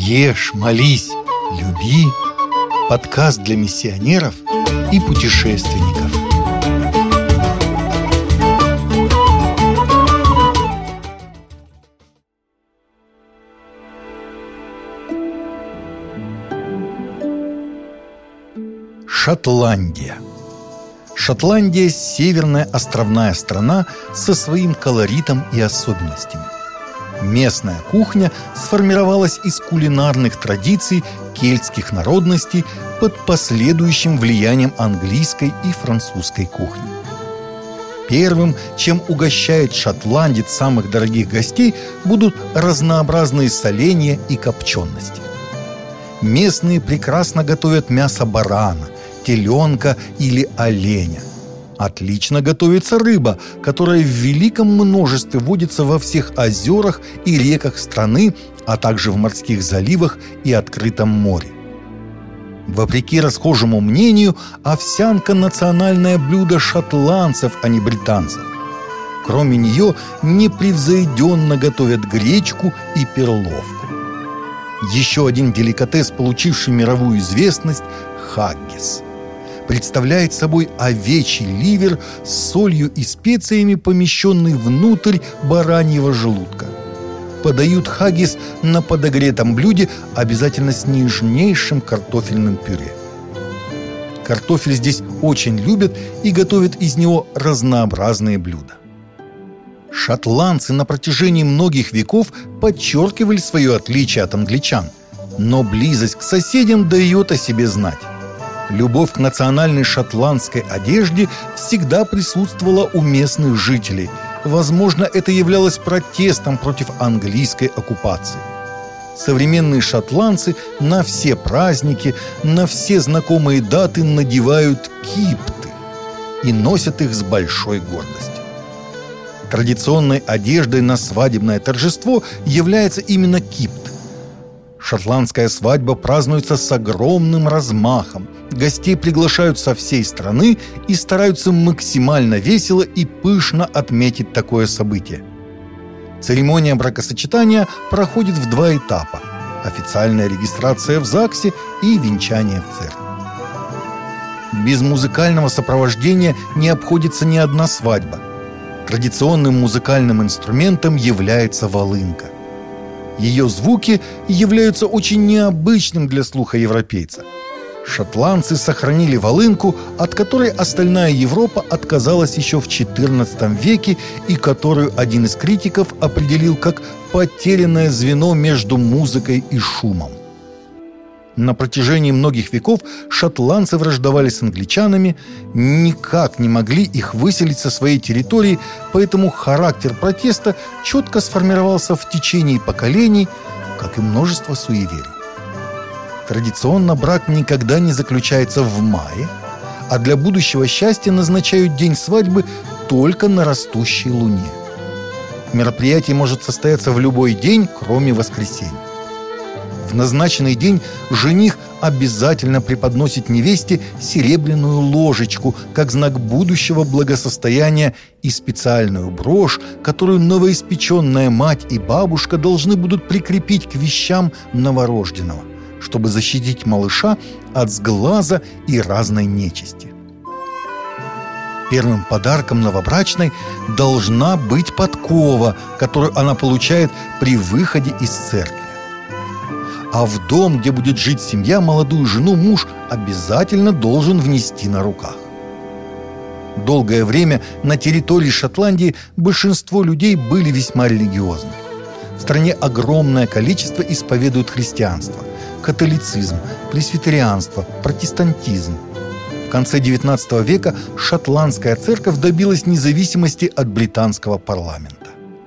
Ешь, молись, люби. Подкаст для миссионеров и путешественников. Шотландия. Шотландия – северная островная страна со своим колоритом и особенностями. Местная кухня сформировалась из кулинарных традиций кельтских народностей под последующим влиянием английской и французской кухни. Первым, чем угощает шотландец самых дорогих гостей, будут разнообразные соления и копчености. Местные прекрасно готовят мясо барана, теленка или оленя. Отлично готовится рыба, которая в великом множестве водится во всех озерах и реках страны, а также в морских заливах и открытом море. Вопреки расхожему мнению, овсянка – национальное блюдо шотландцев, а не британцев. Кроме нее непревзойденно готовят гречку и перловку. Еще один деликатес, получивший мировую известность – хаггис. Представляет собой овечий ливер с солью и специями, помещенный внутрь бараньего желудка. Подают хаггис на подогретом блюде, обязательно с нежнейшим картофельным пюре. Картофель здесь очень любят и готовят из него разнообразные блюда. Шотландцы на протяжении многих веков подчеркивали свое отличие от англичан, но близость к соседям дает о себе знать. Любовь к национальной шотландской одежде всегда присутствовала у местных жителей. Возможно, это являлось протестом против английской оккупации. Современные шотландцы на все праздники, на все знакомые даты надевают кипты и носят их с большой гордостью. Традиционной одеждой на свадебное торжество является именно кипт. Шотландская свадьба празднуется с огромным размахом. Гостей приглашают со всей страны и стараются максимально весело и пышно отметить такое событие. Церемония бракосочетания проходит в 2 этапа: официальная регистрация в ЗАГСе и венчание в церкви. Без музыкального сопровождения не обходится ни одна свадьба. Традиционным музыкальным инструментом является волынка. Ее звуки являются очень необычным для слуха европейца. Шотландцы сохранили волынку, от которой остальная Европа отказалась еще в XIV веке и которую один из критиков определил как потерянное звено между музыкой и шумом. На протяжении многих веков шотландцы враждовали с англичанами, никак не могли их выселить со своей территории, поэтому характер протеста четко сформировался в течение поколений, как и множество суеверий. Традиционно брак никогда не заключается в мае, а для будущего счастья назначают день свадьбы только на растущей луне. Мероприятие может состояться в любой день, кроме воскресенья. В назначенный день жених обязательно преподносит невесте серебряную ложечку как знак будущего благосостояния и специальную брошь, которую новоиспеченная мать и бабушка должны будут прикрепить к вещам новорожденного, чтобы защитить малыша от сглаза и разной нечисти. Первым подарком новобрачной должна быть подкова, которую она получает при выходе из церкви. А в дом, где будет жить семья, молодую жену муж обязательно должен внести на руках. Долгое время на территории Шотландии большинство людей были весьма религиозны. В стране огромное количество исповедуют христианство, католицизм, пресвитерианство, протестантизм. В конце XIX века шотландская церковь добилась независимости от британского парламента.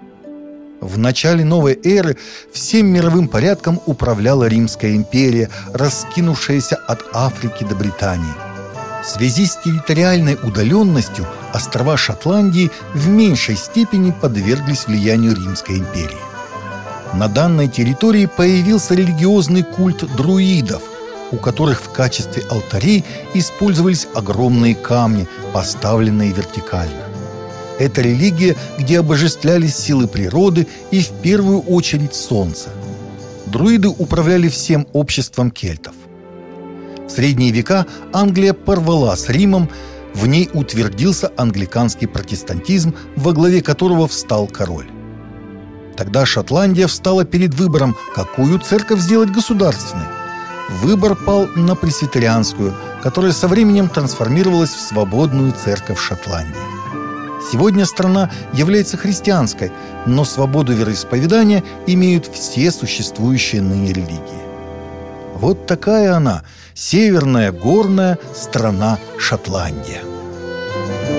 В начале новой эры всем мировым порядком управляла Римская империя, раскинувшаяся от Африки до Британии. В связи с территориальной удаленностью острова Шотландии в меньшей степени подверглись влиянию Римской империи. На данной территории появился религиозный культ друидов, у которых в качестве алтарей использовались огромные камни, поставленные вертикально. Это религия, где обожествлялись силы природы и в первую очередь солнце. Друиды управляли всем обществом кельтов. В средние века Англия порвала с Римом, в ней утвердился англиканский протестантизм, во главе которого встал король. Тогда Шотландия встала перед выбором, какую церковь сделать государственной. Выбор пал на пресвитерианскую, которая со временем трансформировалась в свободную церковь Шотландии. Сегодня страна является христианской, но свободу вероисповедания имеют все существующие ныне религии. Вот такая она, северная горная страна Шотландия.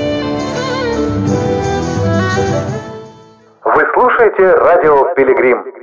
Вы слушаете радио «Пилигрим».